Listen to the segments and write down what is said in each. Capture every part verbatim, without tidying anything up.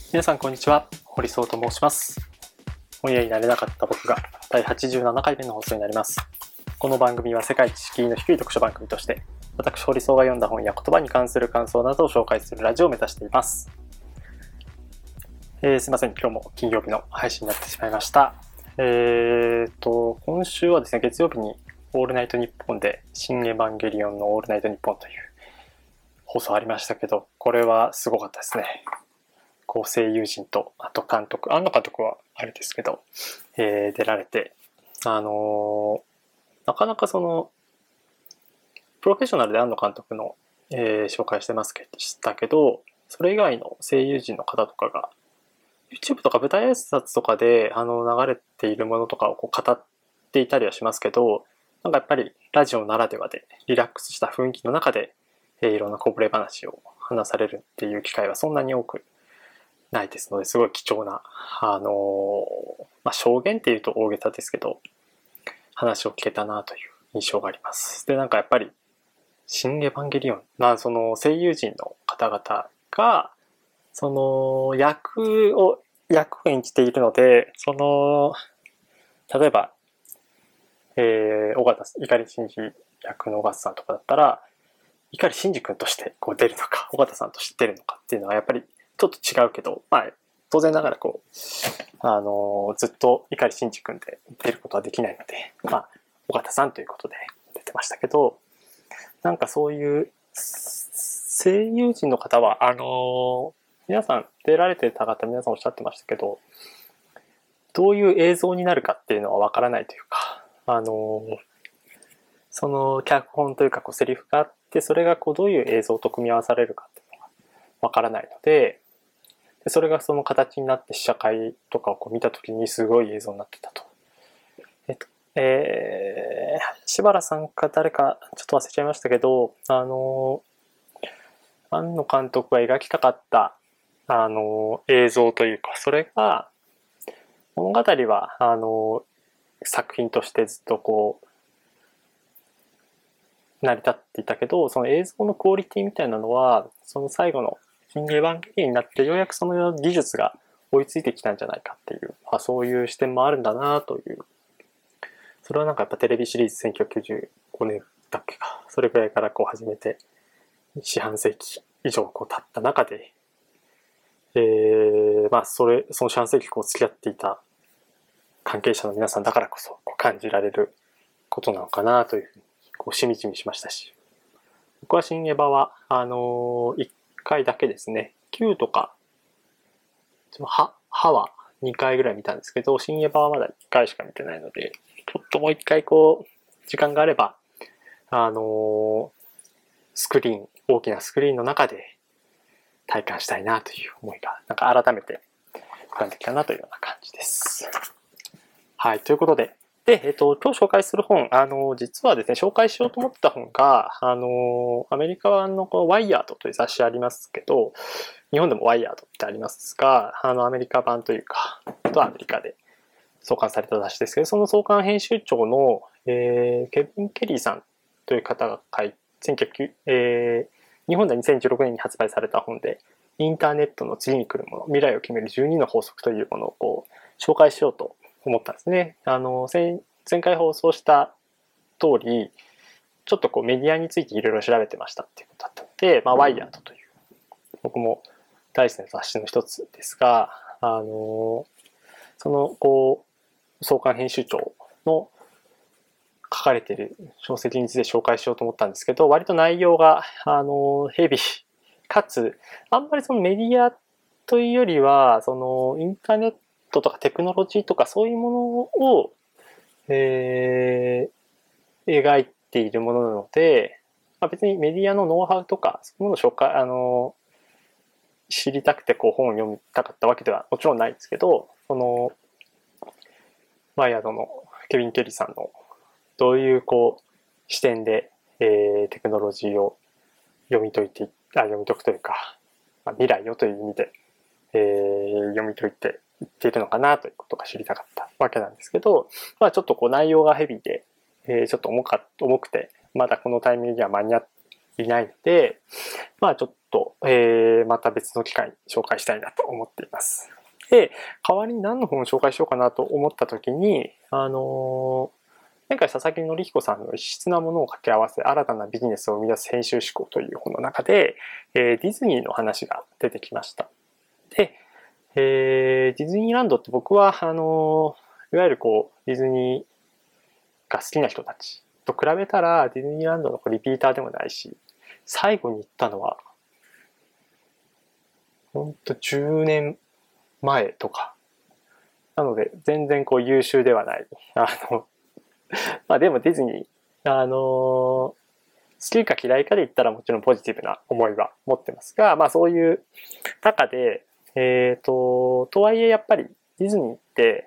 皆さんこんにちは、堀荘と申します。本屋になれなかった僕がだいはちじゅうななかいめの放送になります。この番組は世界知識の低い読書番組として、私堀荘が読んだ本や言葉に関する感想などを紹介するラジオを目指しています。えー、すいません、今日も金曜日の配信になってしまいました。えーと、今週はですね、月曜日にオールナイトニッポンで新エヴァンゲリオンのオールナイトニッポンという放送ありましたけど、これはすごかったですね。こう声優陣と、あと監督、庵野監督はあれですけど、えー、出られて、あのー、なかなかその、プロフェッショナルで庵野監督の、えー、紹介してますけしたけど、それ以外の声優陣の方とかが、YouTube とか舞台挨拶とかであの流れているものとかをこう語っていたりはしますけど、なんかやっぱりラジオならではでリラックスした雰囲気の中で、えー、いろんなこぼれ話を話されるっていう機会はそんなに多くないですので、すごい貴重な、あのー、まあ、証言っていうと大げさですけど、話を聞けたなという印象があります。で、なんかやっぱり、新エヴァンゲリオン、まあ、その声優陣の方々が、その役を、役を演じているので、その、例えば、えー、尾形、碇シンジ役の尾形さんとかだったら、碇シンジ君としてこう出るのか、尾形さんとして出るのかっていうのはやっぱりちょっと違うけど、まあ、当然ながらこう、あのー、ずっと碇シンジ君で出ることはできないので、まあ、尾形さんということで出てましたけど、なんかそういう声優陣の方は、あのー、皆さん出られてた方皆さんおっしゃってましたけど、どういう映像になるかっていうのはわからないというか、あのー、その脚本というかこうセリフがあって、それがこうどういう映像と組み合わされるかっていうのがわからないので、でそれがその形になって試写会とかをこう見たときにすごい映像になってたと。えっと、えー、柴原さんか誰かちょっと忘れちゃいましたけど、あの庵野監督が描きたかったあの映像というか、それが物語はあの作品としてずっとこう成り立っていたけど、その映像のクオリティみたいなのはその最後の新エヴァンゲリオンになってようやくその技術が追いついてきたんじゃないかっていう、まあ、そういう視点もあるんだなという。それはなんかやっぱテレビシリーズせんきゅうひゃくきゅうじゅうごねんだっけか、それくらいからこう始めて四半世紀以上こう経った中で、えー、まあそれその四半世紀こう付き合っていた関係者の皆さんだからこそこう感じられることなのかなというふうにこうしみじみしましたし、僕は新エヴァはあのー、いっかいだけですね。きゅうとかはははにかいぐらい見たんですけど、新エヴァはまだいっかいしか見てないので、ちょっともういっかいこう時間があればあのー、スクリーン大きなスクリーンの中で体感したいなという思いがなんか改めて浮かんできたなというような感じです。はい、ということで、で、えっと、今日紹介する本、あの、実はですね、紹介しようと思った本が、あの、アメリカ版のこのワイヤードという雑誌ありますけど、日本でもワイヤードってありますが、あの、アメリカ版というか、とアメリカで創刊された雑誌ですけど、その創刊編集長の、えー、ケビン・ケリーさんという方が書いて、せんきゅうひゃく、えー、日本ではにせんじゅうろくねんに発売された本で、インターネットの次に来るもの、未来を決めるじゅうにの法則というものをこう紹介しようと思ったんですね。あの、前回放送した通り、ちょっとこうメディアについていろいろ調べてましたっていうことだったので、まあ、ワイヤードという、僕も大好きな雑誌の一つですが、あの、その、こう、創刊編集長の書かれている小説について紹介しようと思ったんですけど、割と内容が、あの、ヘビー、かつ、あんまりそのメディアというよりは、その、インターネットとかテクノロジーとかそういうものを、えー、描いているものなので、まあ、別にメディアのノウハウとか、そういうものを紹介、あの、知りたくてこう本を読みたかったわけではもちろんないですけど、その、ワイヤードのケビン・ケリーさんのどういうこう視点で、えー、テクノロジーを読み解いてあ読み解くというか、まあ、未来をという意味で、えー、読み解いていっているのかなということが知りたかったわけなんですけど、まあ、ちょっとこう内容がヘビーで、えー、ちょっと重か重くてまだこのタイミングには間に合っていないので、まあちょっと、えー、また別の機会に紹介したいなと思っています。で、代わりに何の本を紹介しようかなと思った時に、あのー、前回佐々木則彦さんの異質なものを掛け合わせ新たなビジネスを生み出す編集思考という本の中で、えー、ディズニーの話が出てきました。で、えー、ディズニーランドって僕は、あのー、いわゆるこう、ディズニーが好きな人たちと比べたら、ディズニーランドのリピーターでもないし、最後に行ったのは、ほんとじゅうねんまえとか。なので、全然こう優秀ではない。あの、まあでもディズニー、あのー、好きか嫌いかで言ったらもちろんポジティブな思いは持ってますが、まあそういう中で、えっと、とはいえやっぱりディズニーって、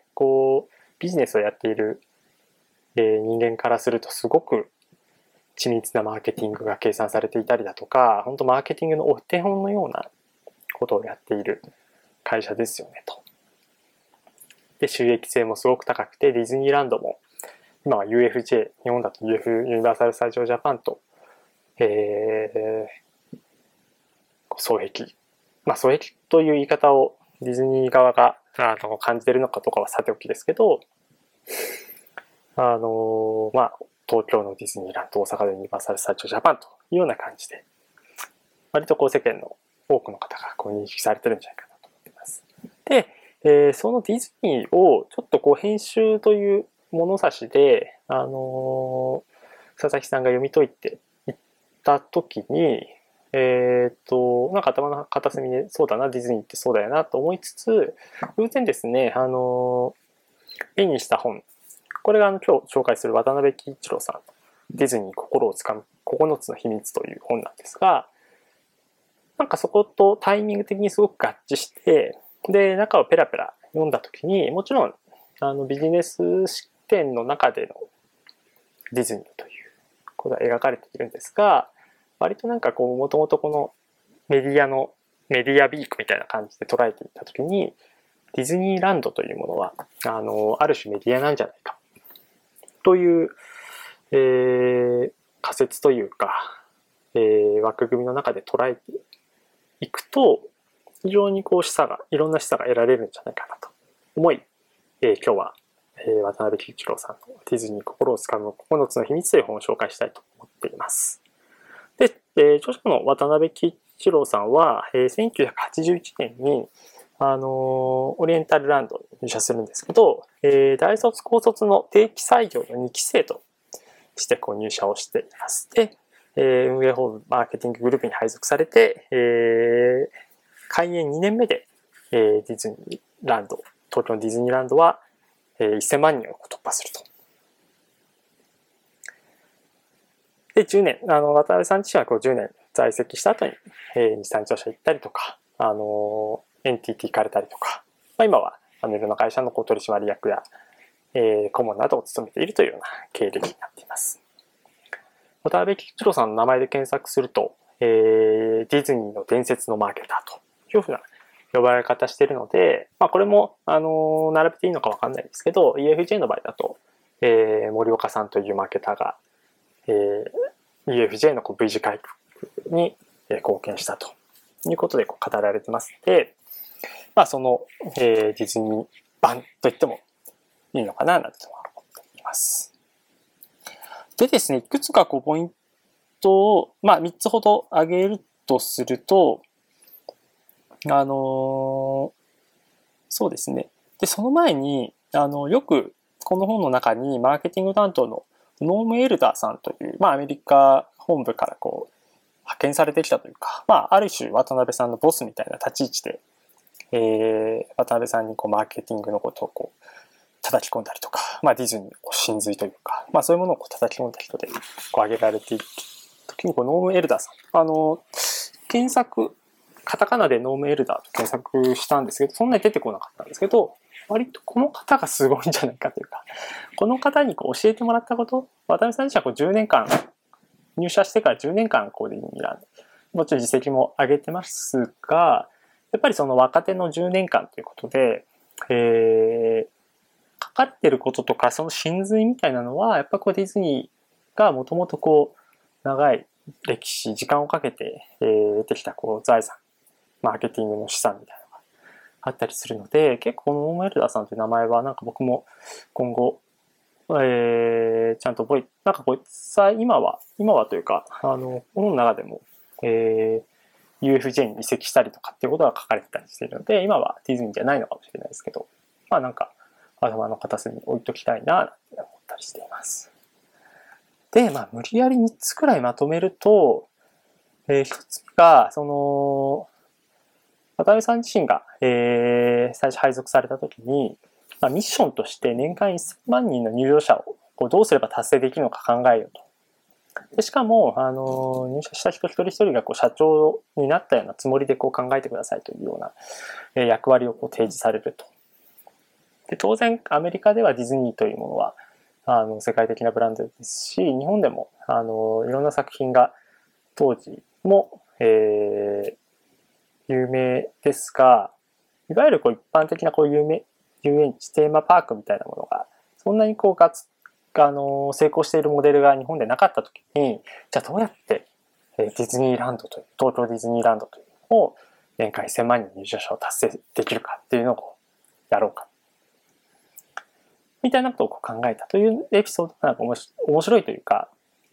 こう、ビジネスをやっている、えー、人間からするとすごく緻密なマーケティングが計算されていたりだとか、本当マーケティングのお手本のようなことをやっている会社ですよねと。で、収益性もすごく高くて、ディズニーランドも今は ユーエフジェー、日本だと ユーエフ、ユニバーサル・スタジオ・ジャパンと、えー、双璧。まあ、双璧という言い方をディズニー側があの感じているのかどうかはさておきですけど、あの、まあ、東京のディズニーランド、大阪のユニバーサル・スタジオ・ジャパンというような感じで、割とこう世間の多くの方がこう認識されてるんじゃないかなと思っています。で、えー、そのディズニーをちょっとこう編集という物差しで、あのー、佐々木さんが読み解いていったときに、えっと、なんか頭の片隅で、そうだな、ディズニーってそうだよなと思いつつ、偶然ですね、あのー、絵にした本、これがあの今日紹介する渡辺貴一郎さんのディズニー心をつかむここのつの秘密という本なんですが、なんかそことタイミング的にすごく合致して、で、中をペラペラ読んだときに、もちろん、あの、ビジネス視点の中でのディズニーということが描かれているんですが、割となんかこう、もともとこのメディアの、メディアビークみたいな感じで捉えていったときに、ディズニーランドというものは、あの、ある種メディアなんじゃないか、という、えー、仮説というか、えー、枠組みの中で捉えていくと、非常にこう示唆が、いろんな示唆が得られるんじゃないかなと思い、えー、今日は、えー、渡辺貴一郎さんのディズニー心をつかむここのつの秘密という本を紹介したいと思っています。で、えー、著者の渡辺貴一郎さんは、えー、せんきゅうひゃくはちじゅういちねんに、あのー、オリエンタルランドに入社するんですけど、えー、大卒高卒の定期採用のにき生としてこう入社をしています。で、えー、運営本部マーケティンググループに配属されて、えー、開園にねんめで、えー、ディズニーランド、東京のディズニーランドは、えー、せんまんにんを突破すると。で、じゅうねん、あの、渡辺さん自身はこうじゅうねん在籍した後に、えー、日産自動車行ったりとか、あのー、エヌティーティー 行かれたりとか、まあ、今は、あの、いろんな会社のこう取締役や、えー、顧問などを務めているというような経歴になっています。渡辺貴一郎さんの名前で検索すると、えー、ディズニーの伝説のマーケターというふうな呼ばれ方しているので、まあこれも、あのー、並べていいのかわかんないですけど、イーエフジェー の場合だと、えー、森岡さんというマーケターが、えー、イーエフジェー のこう V 字回復に貢献したということでこう語られてますので、まあその、えー、ディズニー版と言ってもいいのかななんて思っています。でですね、いくつかこうポイントを、まあみっつほど挙げるとすると、あのー、そうですね。で、その前に、あの、よくこの本の中にマーケティング担当のノーム・エルダーさんという、まあアメリカ本部からこう、派遣されてきたというか、まあある種渡辺さんのボスみたいな立ち位置で、えー、渡辺さんにこうマーケティングのことをこう、叩き込んだりとか、まあディズニーの真髄というか、まあそういうものをこう叩き込んだ人でこう挙げられている時にこうノーム・エルダーさん、あの、検索、カタカナでノームエルダーと検索したんですけど、そんなに出てこなかったんですけど、割とこの方がすごいんじゃないかというか、この方にこう教えてもらったこと、渡辺さん自身はこうじゅうねんかん、入社してからじゅうねんかんこうでもちろん実績も上げてますが、やっぱりその若手のじゅうねんかんということで、えー、書かれてることとかその真髄みたいなのは、やっぱこうディズニーがもともとこう長い歴史、時間をかけて、えー、得てきたこう財産、マーケティングの資産みたいなのがあったりするので、結構このモーメルダーさんという名前はなんか僕も今後、えー、ちゃんと覚え、なんかこいつは今は、今はというか、あの、この中でも、えー、ユーエフジェー に移籍したりとかっていうことが書かれてたりしているので、今はディズニーじゃないのかもしれないですけど、まあなんか、頭の片隅に置いときたいな、なんて思ったりしています。で、まあ無理やりみっつくらいまとめると、えー、ひとつめが、その、渡辺さん自身が、えー、最初配属されたときに、まあ、ミッションとして年間せんまんにんの入場者をこうどうすれば達成できるのか考えようと。でしかも、あの入社した人一人一人がこう社長になったようなつもりでこう考えてくださいというような、えー、役割をこう提示されると。で当然、アメリカではディズニーというものはあの世界的なブランドですし、日本でもあのいろんな作品が当時も、えー、有名ですが、いわゆるこう一般的なこう有名遊園地、テーマパークみたいなものがそんなにこうガツあの成功しているモデルが日本でなかったときに、じゃあどうやってディズニーランドという東京ディズニーランドというのを年間せんまんにん入場者を達成できるかっていうのをやろうかみたいなことを考えたというエピソードがなんか面白いというか、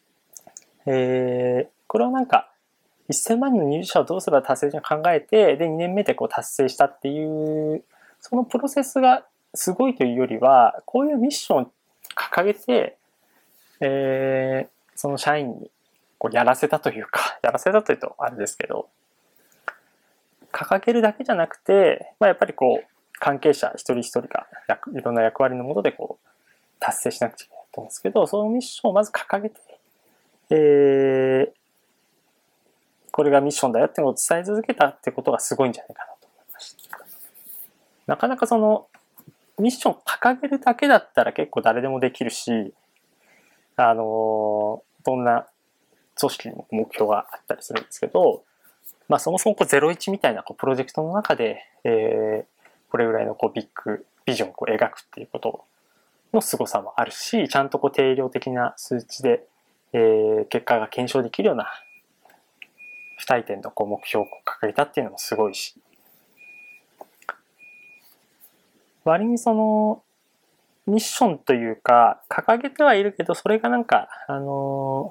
えー、これをなんかせんまん人の入場者をどうすれば達成に考えて、でにねんめでこう達成したっていうそのプロセスがすごいというよりは、こういうミッションを掲げて、えー、その社員にこうやらせたというか、やらせたというとあれですけど、掲げるだけじゃなくて、まあ、やっぱりこう関係者一人一人がいろんな役割のもとでこう達成しなくちゃいけないと思うんですけど、そのミッションをまず掲げて、えー、これがミッションだよっていうのを伝え続けたってことがすごいんじゃないかなと思いました。なかなかそのミッションを掲げるだけだったら結構誰でもできるし、あのどんな組織にも目標があったりするんですけど、まあそもそもこうゼロイチみたいなこうプロジェクトの中で、えー、これぐらいのこうビッグビジョンをこう描くっていうことの凄さもあるし、ちゃんとこう定量的な数値で、えー、結果が検証できるような付帯点のこう目標を掲げたっていうのもすごいし、割にそのミッションというか掲げてはいるけど、それがなんかあの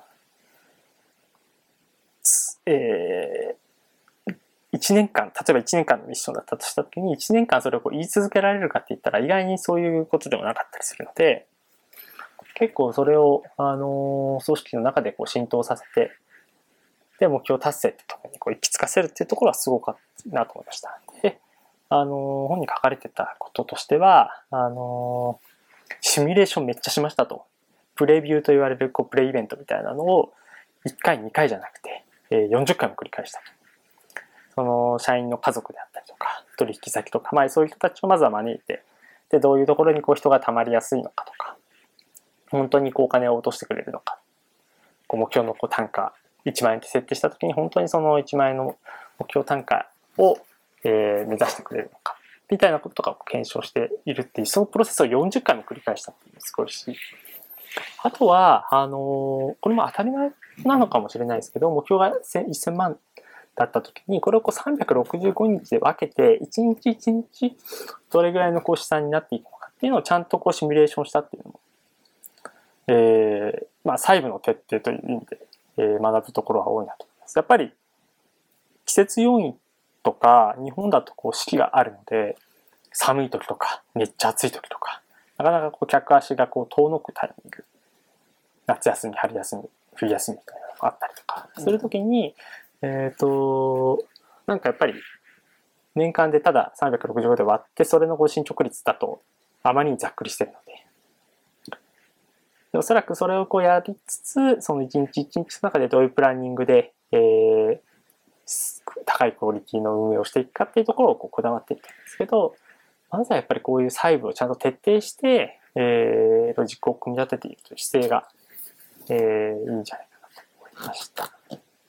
ー、えー、いちねんかん、例えばいちねんかんのミッションだったとしたときにいちねんかんそれをこう言い続けられるかって言ったら意外にそういうことでもなかったりするので、結構それをあのー、組織の中でこう浸透させて、で目標達成ってところにこう行き着かせるっていうところはすごかったなと思いました。で、あのー、本に書かれてたこととしては、あのーシミュレーションめっちゃしましたと。プレビューと言われるこうプレイイベントみたいなのをいっかいにかいじゃなくてよんじゅっかいも繰り返したと。その社員の家族であったりとか取引先とか、まあ、そういう人たちをまずは招いて、でどういうところにこう人がたまりやすいのかとか、本当にこうお金を落としてくれるのか、こう目標のこう単価いちまんえんって設定したときに本当にそのいちまんえんの目標単価を、えー、目指してくれるのかみたいなこととかを検証しているっていう、そのプロセスをよんじゅっかいも繰り返したっていうのすごいし、あとはあのー、これも当たり前なのかもしれないですけど、目標がせんまんだった時にこれをこうさんびゃくろくじゅうごにちで分けていちにちいちにちどれぐらいのこう試算になっていくのかっていうのをちゃんとこうシミュレーションしたっていうのも、えーまあ、細部の徹底という意味で、えー、学ぶところは多いなと思います。やっぱり季節要因とか日本だとこう四季があるので、寒い時とかめっちゃ暑い時とかなかなかこう客足がこう遠のくタイミング、夏休み春休み冬休みみたいなのがあったりとかする時に、えっとなんかやっぱり年間でたださんびゃくろくじゅうごで割ってそれのご進捗率だとあまりにざっくりしてるので、でおそらくそれをこうやりつつ、その一日一日の中でどういうプランニングで、えー、高いクオリティの運営をしていくかっていうところをこうこだわっていったんですけど、まずはやっぱりこういう細部をちゃんと徹底して、えー、ロジックを組み立てているという姿勢が、えー、いいんじゃないかなと思いました。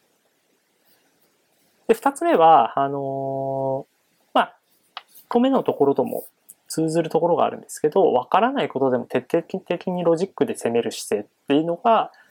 で、二つ目は、あのー、まあ、米のところとも通ずるところがあるんですけど、わからないことでも徹底的にロジックで攻める姿勢っていうのが、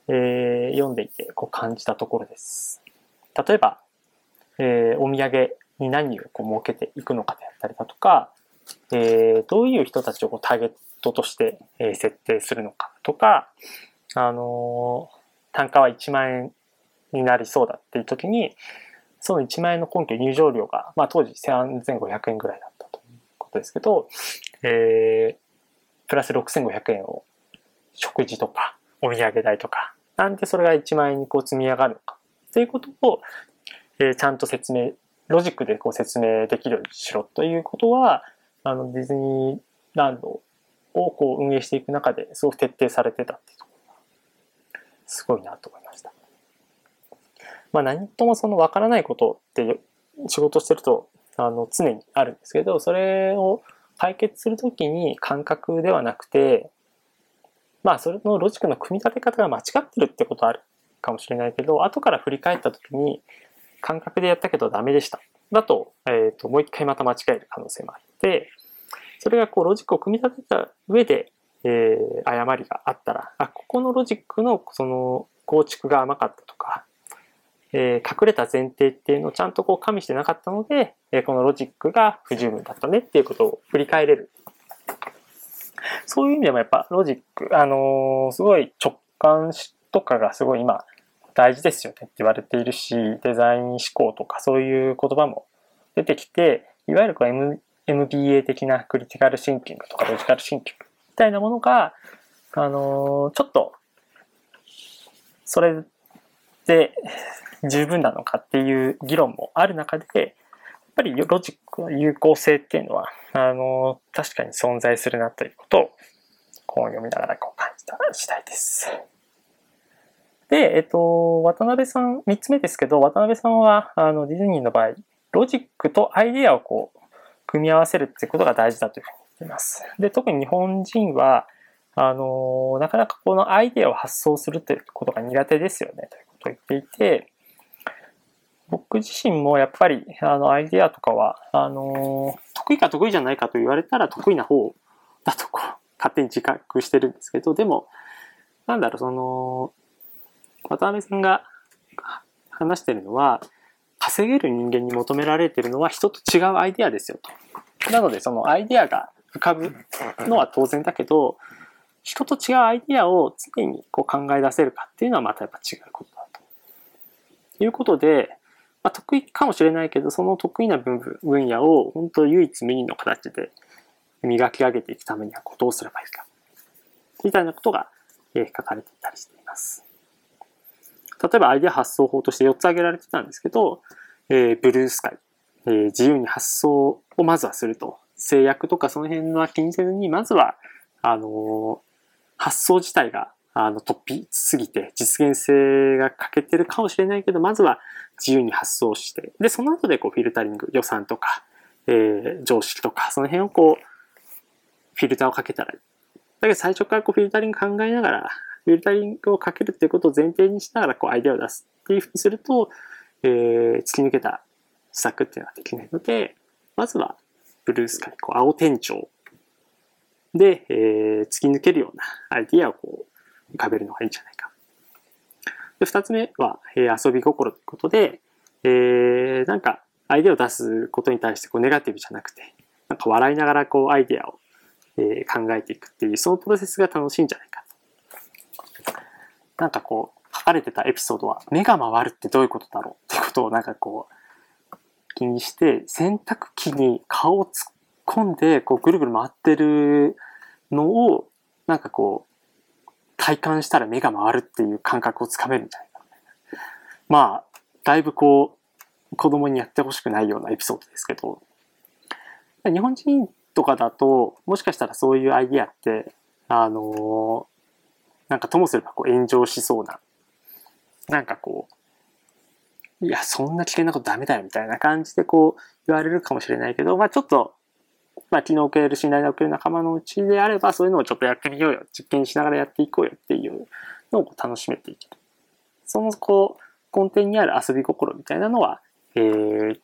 えー、読んでいてこう感じたところです。例えば、えー、お土産に何をこう設けていくのかであったりだとか、えー、どういう人たちをこうターゲットとして、えー、設定するのかとか、あのー、単価はいちまんえんになりそうだっていう時に、そのいちまん円の根拠入場料が、まあ、当時さんぜんごひゃくえんぐらいだったということですけど、えー、プラスろくせんごひゃくえんを食事とかお土産代とか、なんでそれがいちまん円にこう積み上がるのかということを、えー、ちゃんと説明、ロジックでこう説明できるようにしろということは、あのディズニーランドをこう運営していく中ですごく徹底されてたっていうところがすごいなと思いました。まあ、何ともその分からないことって仕事してるとあの常にあるんですけど、それを解決するときに感覚ではなくて、まあそれのロジックの組み立て方が間違ってるってことはあるかもしれないけど、後から振り返ったときに感覚でやったけどダメでしただと、えーと、もう一回また間違える可能性もあって、それがこうロジックを組み立てた上で、えー、誤りがあったら、あ、ここのロジックのその構築が甘かったとか、えー、隠れた前提っていうのをちゃんとこう加味してなかったので、えー、このロジックが不十分だったねっていうことを振り返れる。そういう意味でもやっぱロジック、あのー、すごい直感とかがすごい今大事ですよねって言われているし、デザイン思考とかそういう言葉も出てきて、いわゆるこう M、エムビーエー 的なクリティカルシンキングとかロジカルシンキングみたいなものが、あのー、ちょっとそれで十分なのかっていう議論もある中で、やっぱりロジックの有効性っていうのは、あの、確かに存在するなということを、本を読みながらこう感じた次第です。で、えっと、渡辺さん、みっつめですけど、渡辺さんは、あの、ディズニーの場合、ロジックとアイデアをこう、組み合わせるっていうことが大事だというふうに言っています。で、特に日本人は、あの、なかなかこのアイデアを発想するということが苦手ですよね、ということを言っていて、僕自身もやっぱりあのアイデアとかはあの得意か得意じゃないかと言われたら得意な方だとこう勝手に自覚してるんですけど、でもなんだろう、その渡辺さんが話してるのは、稼げる人間に求められているのは人と違うアイデアですよと。なのでそのアイデアが浮かぶのは当然だけど、人と違うアイデアを常にこう考え出せるかっていうのはまたやっぱ違うことだということで、まあ、得意かもしれないけど、その得意な分野を本当唯一無二の形で磨き上げていくためにはどうすればいいかみたいなことが書かれていたりしています。例えばアイデア発想法としてよっつ挙げられてたんですけど、えー、ブルースカイ、えー、自由に発想をまずはすると、制約とかその辺は気にせずに、まずはあのー、発想自体があの突飛すぎて実現性が欠けてるかもしれないけど、まずは自由に発想して、でその後でこうフィルタリング、予算とか、えー、常識とかその辺をこうフィルターをかけたらいい。だけど最初からこうフィルタリング考えながら、フィルタリングをかけるっていうことを前提にしながらこうアイデアを出すっていうふうにすると、えー、突き抜けた施策っていうのができないので、まずはブルースカイ、こう青天井で、えー、突き抜けるようなアイデアをこう浮かべるのがいいんじゃないか。で二つ目は、えー、遊び心ということで、えー、なんかアイデアを出すことに対してこうネガティブじゃなくて、なんか笑いながらこうアイデアを、えー、考えていくっていう、そのプロセスが楽しいんじゃないかと。なんかこう書かれてたエピソードは、目が回るってどういうことだろうってことをなんかこう気にして、洗濯機に顔を突っ込んでこうぐるぐる回ってるのをなんかこう体感したら目が回るっていう感覚をつかめるんじゃないか。まあだいぶこう子供にやってほしくないようなエピソードですけど、日本人とかだともしかしたらそういうアイディアってあのなんかともすればこう炎上しそうな、なんかこういやそんな危険なことダメだよみたいな感じでこう言われるかもしれないけど、まあちょっとまあ、気の置ける信頼の置ける仲間のうちであれば、そういうのをちょっとやってみようよ、実験しながらやっていこうよっていうのを楽しめていける。そのこう根底にある遊び心みたいなのは、えー、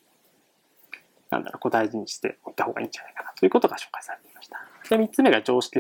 なんだろう、こう大事にしておいた方がいいんじゃないかなということが紹介されていました。でみっつめが常識外れという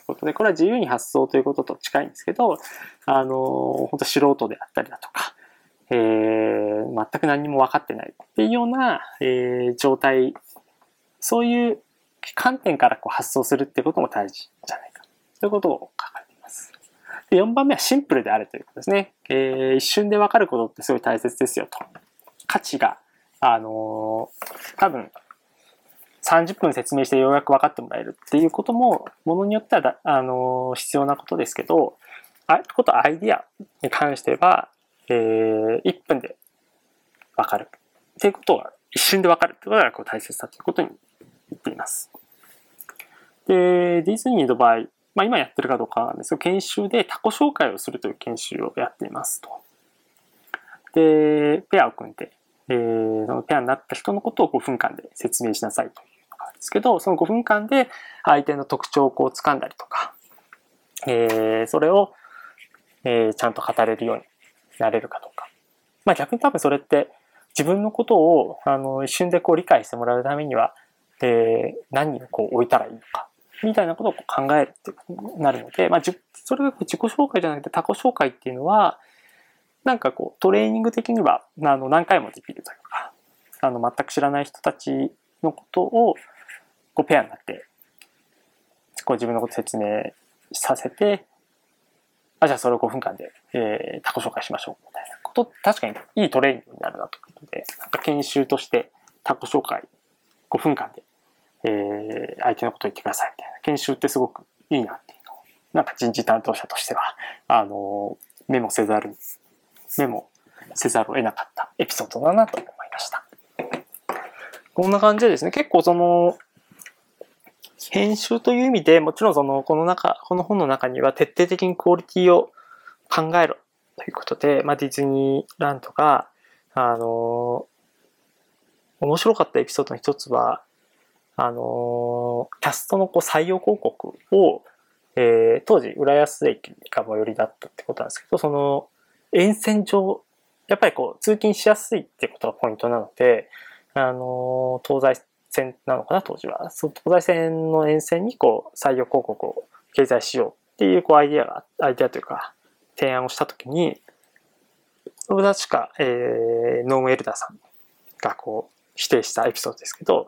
ことで、これは自由に発想ということと近いんですけど、あの、本当素人であったりだとか、えー、全く何も分かってないっていうような、えー、状態、そういう観点からこう発想するっていうことも大事じゃないか。ということを書かれています。で、よんばんめはシンプルであるということですね。えー、一瞬で分かることってすごい大切ですよと。価値が、あのー、多分、さんじゅっぷん説明してようやく分かってもらえるっていうことも、ものによってはだ、あのー、必要なことですけど、あことアイディアに関しては、えー、いっぷんで分かるっていうことは、一瞬で分かるってことがこう大切だということに言っています。で、ディズニーの場合、まあ今やってるかどうかなんですが、研修で他己紹介をするという研修をやっていますと。で、ペアを組んで、えー、そのペアになった人のことをごふんかんで説明しなさいというのがあるんですけど、そのごふんかんで相手の特徴をこう掴んだりとか、えー、それを、えー、ちゃんと語れるようになれるかどうか。まあ逆に多分それって自分のことをあの一瞬でこう理解してもらうためには、えー、何をこう置いたらいいのかみたいなことをこう考えるっていうことになるので、まあ、それが自己紹介じゃなくて他己紹介っていうのはなんかこうトレーニング的にはあの何回もできるというか、あの全く知らない人たちのことをこうペアになってこう自分のことを説明させて、あ、じゃあそれをごふんかんで、えー、他己紹介しましょうみたいなこと、確かにいいトレーニングになるなということで、なんか研修として他己紹介ごふんかんで、えー、相手のことを言ってくださいみたいな研修ってすごくいいなっていうのを、なんか人事担当者としてはあのメモせざるメモせざるを得なかったエピソードだなと思いました。こんな感じでですね、結構その編集という意味でもちろんそのこの中この本の中には徹底的にクオリティを考えろということで、まあ、ディズニーランドがあの面白かったエピソードの一つはあのキャストのこう採用広告を、えー、当時浦安駅が最寄りだったってことなんですけど、その沿線上やっぱりこう通勤しやすいってことがポイントなので、あの東西線なのかな当時は、その東西線の沿線にこう採用広告を掲載しようっていうこうアイディアがアイディアというか提案をしたときに、確か、えー、ノームエルダーさんがこう否定したエピソードですけど、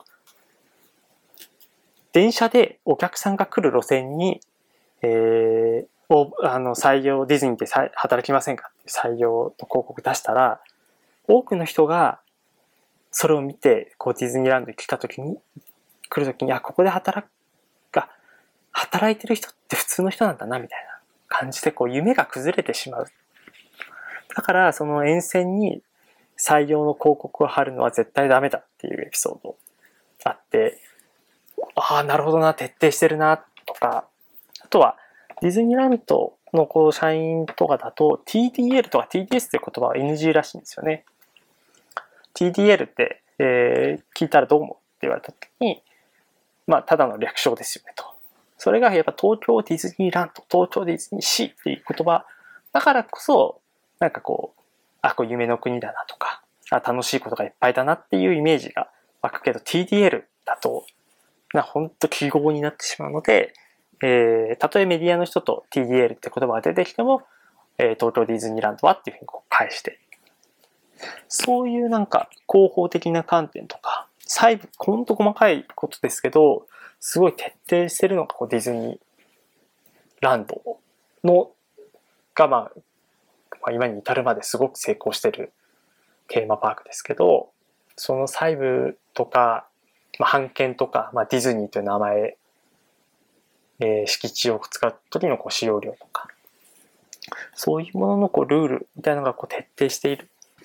電車でお客さんが来る路線に、えー、あの採用ディズニーで働きませんかって採用の広告出したら、多くの人がそれを見てこうディズニーランドに来た時に来る時に、あ、ここで働くが働いてる人って普通の人なんだなみたいな感じでこう夢が崩れてしまう。だからその沿線に採用の広告を貼るのは絶対ダメだっていうエピソードあって、ああなるほどな、徹底してるなとか、あとはディズニーランドのこう社員とかだと ティーディーエル とか ティーディーエス っていう言葉は エヌジー らしいんですよね。ティーディーエル って、えー、聞いたらどう思うって言われた時に、まあただの略称ですよねと。それがやっぱ東京ディズニーランド、東京ディズニーシーっていう言葉だからこそ、なんかこう、あ、こう夢の国だなとか、あ、楽しいことがいっぱいだなっていうイメージが湧くけど ティーディーエル だと、なほんと記号になってしまうので、えー、たとえメディアの人と ティーディーエル って言葉が出てきても、えー、東京ディズニーランドはっていうふうにこう返して、そういうなんか広報的な観点とか、細部、ほんと細かいことですけど、すごい徹底してるのがこうディズニーランドのが、まあ、まあ、今に至るまですごく成功してるテーマパークですけど、その細部とか、まあ、版権とか、まあ、ディズニーという名前、えー、敷地を使う時のこう使用料とか、そういうもののこうルールみたいなのがこう徹底している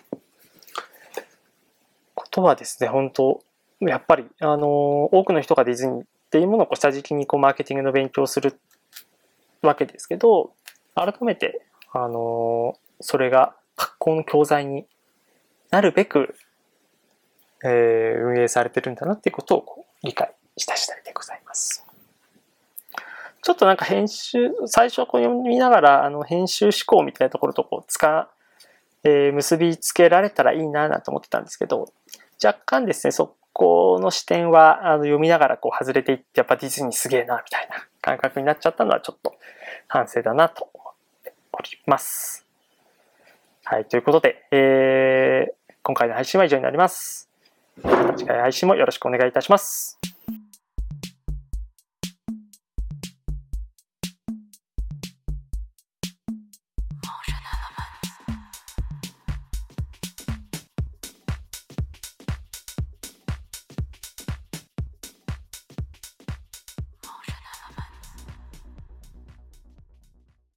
ことはですね、本当やっぱり、あのー、多くの人がディズニーっていうものをこう下敷きにこうマーケティングの勉強をするわけですけど、改めて、あのー、それが学校の教材になるべく、えー、運営されてるんだなっていうことをこう理解した次第でございます。ちょっとなんか編集、最初こう読みながら、あの編集思考みたいなところとこう使う、えー、結びつけられたらいいなと思ってたんですけど、若干ですね、そこの視点はあの読みながらこう外れていって、やっぱディズニーすげえなみたいな感覚になっちゃったのはちょっと反省だなと思っております。はい、ということで、えー、今回の配信は以上になります。また次回配信もよろしくお願いいたします。